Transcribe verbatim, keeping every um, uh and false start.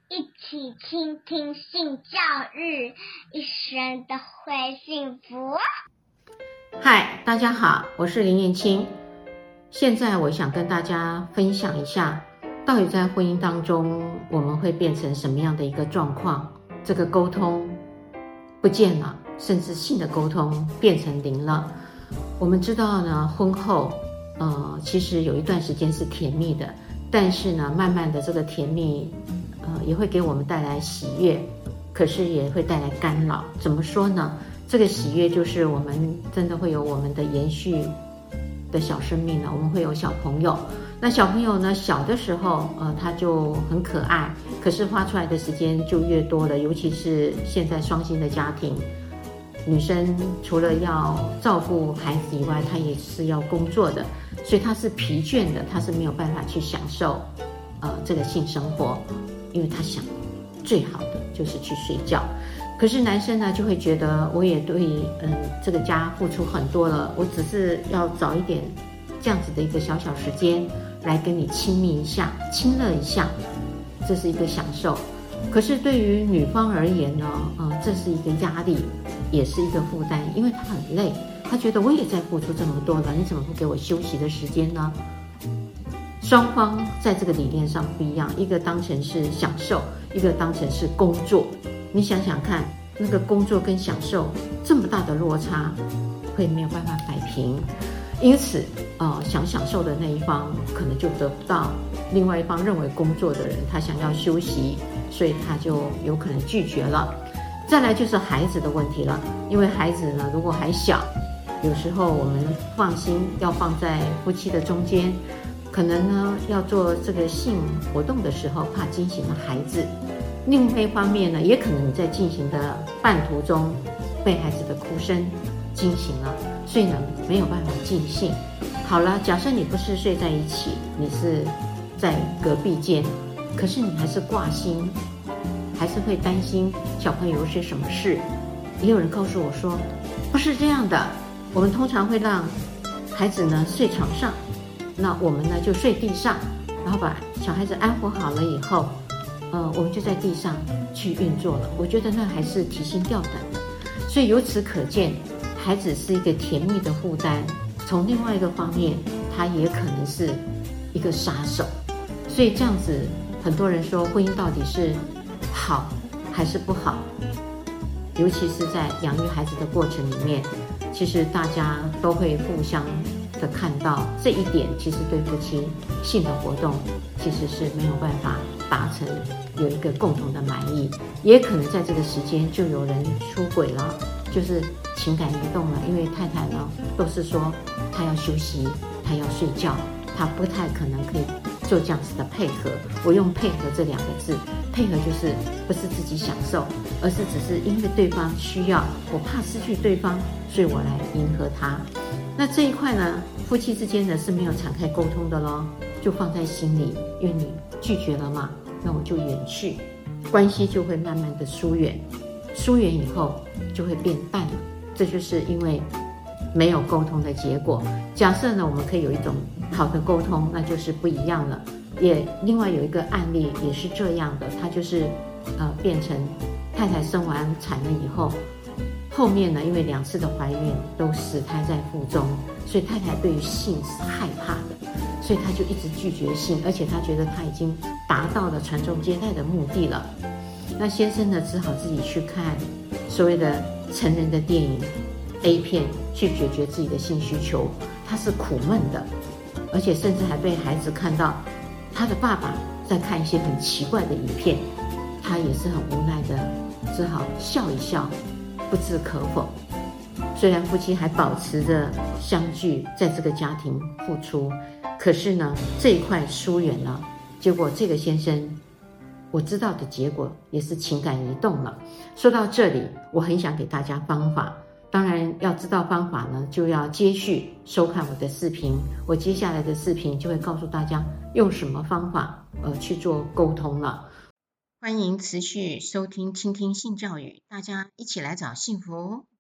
一起倾听性教育，一生都会幸福。 嗨，大家好，我是林燕青。现在我想跟大家分享一下，到底在婚姻当中我们会变成什么样的一个状况？这个沟通不见了，甚至性的沟通变成零了。我们知道呢，婚后呃，其实有一段时间是甜蜜的，但是呢，慢慢的这个甜蜜呃，也会给我们带来喜悦，可是也会带来干扰。怎么说呢？这个喜悦就是我们真的会有我们的延续的小生命呢，我们会有小朋友。那小朋友呢，小的时候呃他就很可爱，可是花出来的时间就越多了，尤其是现在双薪的家庭，女生除了要照顾孩子以外，她也是要工作的，所以她是疲倦的，她是没有办法去享受呃这个性生活，因为她想最好的就是去睡觉。可是男生呢就会觉得，我也对嗯这个家付出很多了，我只是要找一点这样子的一个小小时间来跟你亲密一下，亲热一下，这是一个享受。可是对于女方而言呢，呃，这是一个压力，也是一个负担，因为她很累，她觉得我也在付出这么多了，你怎么不给我休息的时间呢？双方在这个理念上不一样，一个当成是享受，一个当成是工作。你想想看，那个工作跟享受这么大的落差，会没有办法摆平。因此，呃，想享受的那一方可能就得不到，另外一方认为工作的人他想要休息，所以他就有可能拒绝了。再来就是孩子的问题了，因为孩子呢如果还小，有时候我们放心要放在夫妻的中间，可能呢要做这个性活动的时候怕惊醒了孩子。另外一方面呢，也可能你在进行的半途中被孩子的哭声惊醒了，所以呢没有办法尽兴。好了，假设你不是睡在一起，你是在隔壁间，可是你还是挂心，还是会担心小朋友有些什么事。也有人告诉我说，不是这样的，我们通常会让孩子呢睡床上，那我们呢就睡地上，然后把小孩子安抚好了以后，呃，我们就在地上去运作了。我觉得那还是提心吊胆的。所以由此可见，孩子是一个甜蜜的负担，从另外一个方面，他也可能是一个杀手。所以这样子，很多人说婚姻到底是好还是不好？尤其是在养育孩子的过程里面，其实大家都会互相的看到这一点，其实对夫妻性的活动其实是没有办法达成有一个共同的满意，也可能在这个时间就有人出轨了，就是情感移动了。因为太太呢都是说她要休息，她要睡觉，她不太可能可以做这样子的配合。我用配合这两个字，配合就是不是自己享受，而是只是因为对方需要，我怕失去对方，所以我来迎合他。那这一块呢，夫妻之间呢是没有敞开沟通的咯，就放在心里，因为你拒绝了嘛，那我就远去，关系就会慢慢的疏远，疏远以后就会变淡了，这就是因为没有沟通的结果。假设呢，我们可以有一种好的沟通，那就是不一样了。也另外有一个案例也是这样的，他就是呃变成太太生完产了以后，后面呢因为两次的怀孕都死胎在腹中，所以太太对于性是害怕的，所以他就一直拒绝性，而且他觉得他已经达到了传宗接代的目的了。那先生呢只好自己去看所谓的成人的电影 A 片去解决自己的性需求，他是苦闷的，而且甚至还被孩子看到他的爸爸在看一些很奇怪的影片，他也是很无奈的，只好笑一笑，不置可否。虽然夫妻还保持着相聚，在这个家庭付出，可是呢这一块疏远了，结果这个先生我知道的结果也是情感移动了。说到这里，我很想给大家方法，当然要知道方法呢，就要接续收看我的视频。我接下来的视频就会告诉大家用什么方法呃去做沟通了。欢迎持续收听倾听性教育，大家一起来找幸福。